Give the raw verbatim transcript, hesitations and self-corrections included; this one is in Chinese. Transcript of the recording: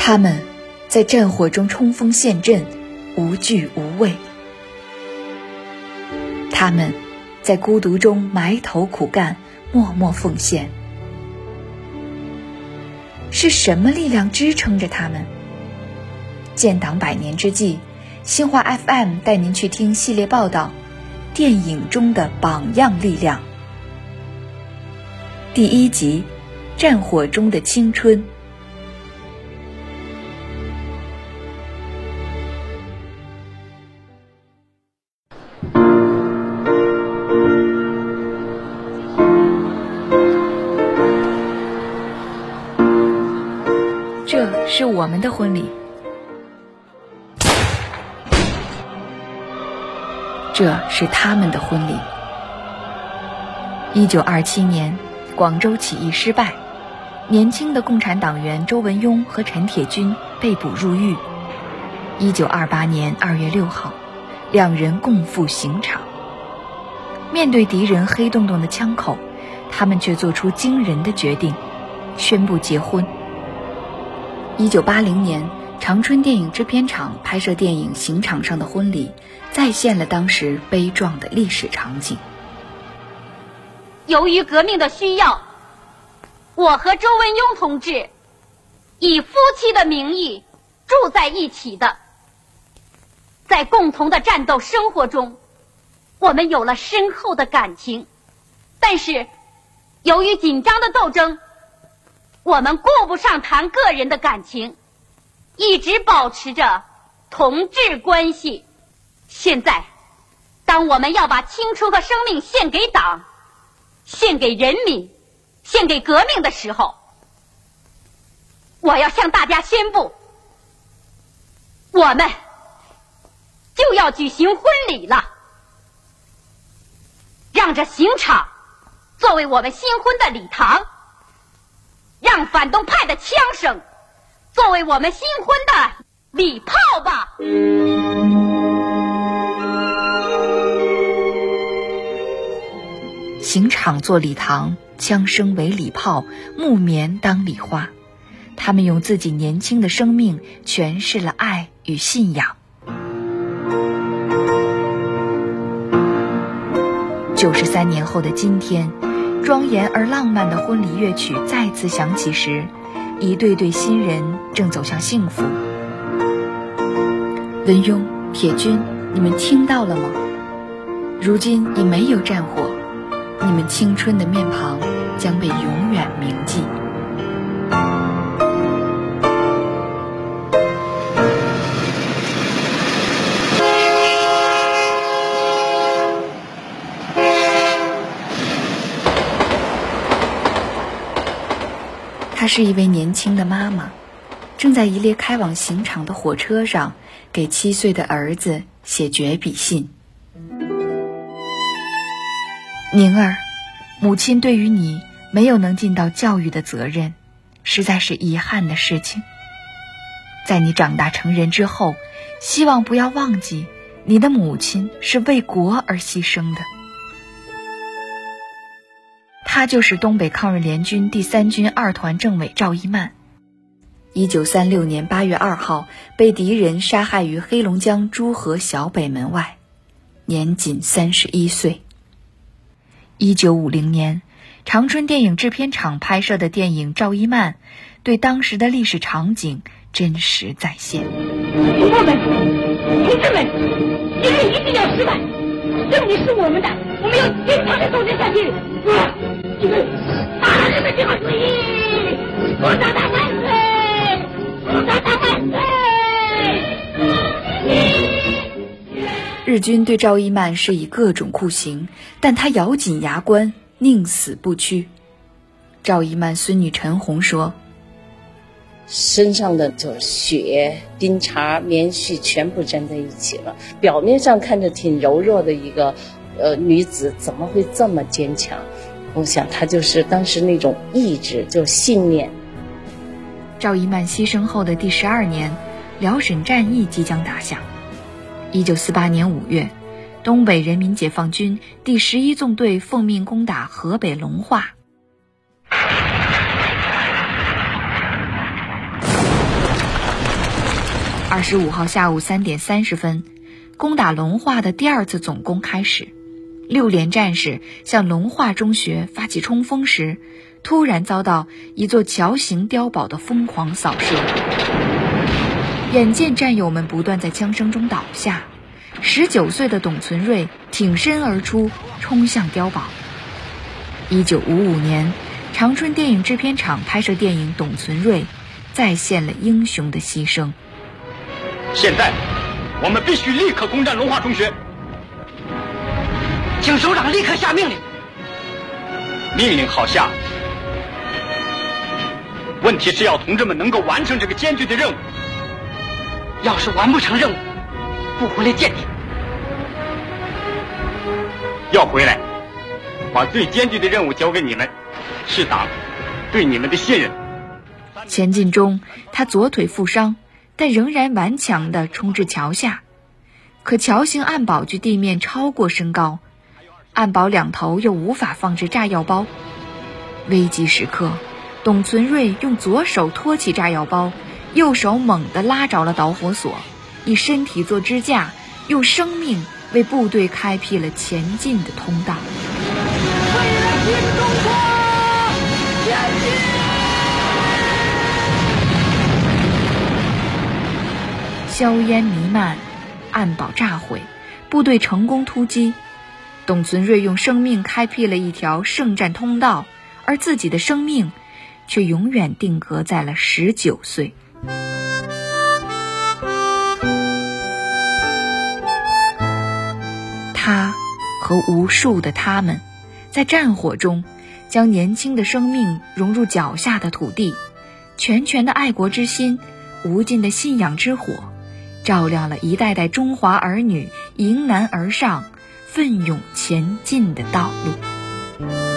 他们在战火中冲锋陷阵，无惧无畏；他们在孤独中埋头苦干，默默奉献。是什么力量支撑着他们？建党百年之际，新华 F M 带您去听系列报道《电影中的榜样力量》。第一集：战火中的青春。这是我们的婚礼，这是他们的婚礼。一九二七年，广州起义失败，年轻的共产党员周文雍和陈铁军被捕入狱。一九二八年二月六号，两人共赴刑场。面对敌人黑洞洞的枪口，他们却做出惊人的决定，宣布结婚。一九八零年，长春电影制片厂拍摄电影《刑场上的婚礼》，再现了当时悲壮的历史场景。 由于革命的需要，我和周文雍同志以夫妻的名义住在一起的，在共同的战斗生活中，我们有了深厚的感情。但是由于紧张的斗争，我们顾不上谈个人的感情，一直保持着同志关系。现在当我们要把青春和生命献给党，献给人民，献给革命的时候，我要向大家宣布，我们就要举行婚礼了。让这刑场作为我们新婚的礼堂，让反动派的枪声作为我们新婚的礼炮吧。 刑场做礼堂，枪声为礼炮，木棉当礼花。他们用自己年轻的生命诠释了爱与信仰。九十三年后的今天，庄严而浪漫的婚礼乐曲再次响起时，一对对新人正走向幸福。文雍、铁军，你们听到了吗？如今已没有战火，你们青春的面庞将被永远铭记。她是一位年轻的妈妈，正在一列开往刑场的火车上给七岁的儿子写绝笔信。宁儿，母亲对于你没有能尽到教育的责任，实在是遗憾的事情。在你长大成人之后，希望不要忘记你的母亲是为国而牺牲的。他就是东北抗日联军第三军二团政委赵一曼。一九三六年八月二号被敌人杀害于黑龙江诸河小北门外，年仅三十一岁。一九五零年，长春电影制片厂拍摄的电影《赵一曼》对当时的历史场景真实再现。 同胞们，同志们，敌人一定要失败，胜利是我们的，我们要坚强地走下去。啊，这个大人们就要注意，共产党万岁！共产党万岁！ 日军对赵一曼施以各种酷刑，但他咬紧牙关，宁死不屈。赵一曼孙女陈红说： 身上的就血、钉茬、棉絮全部粘在一起了，表面上看着挺柔弱的一个呃女子，怎么会这么坚强？我想她就是当时那种意志，就信念。 赵一曼牺牲后的第十二年，辽沈战役即将打响。一九四八年五月，东北人民解放军第十一纵队奉命攻打河北隆化。 二十五号下午三点三十分，攻打龙化的第二次总攻开始。六连战士向龙化中学发起冲锋时，突然遭到一座桥形碉堡的疯狂扫射。眼见战友们不断在枪声中倒下，十九岁的董存瑞挺身而出，冲向碉堡。一九五五年，长春电影制片厂拍摄电影《董存瑞》，再现了英雄的牺牲。 现在，我们必须立刻攻占龙化中学。 请首长立刻下命令。 命令好下，问题是要同志们能够完成这个艰巨的任务。 要是完不成任务，不回来见你。 要回来，把最艰巨的任务交给你们，是党对你们的信任。 前进中，他左腿负伤，但仍然顽强地冲至桥下。可桥形暗堡距地面超过身高，暗堡两头又无法放置炸药包。危急时刻，董存瑞用左手托起炸药包，右手猛地拉着了导火索，以身体做支架，用生命为部队开辟了前进的通道。 为了新中国，前进！ 硝烟弥漫，暗堡炸毁，部队成功突击。董存瑞用生命开辟了一条圣战通道，而自己的生命却永远定格在了十九岁。他和无数的他们，在战火中将年轻的生命融入脚下的土地，拳拳的爱国之心，无尽的信仰之火，照亮了一代代中华儿女迎难而上、奋勇前进的道路。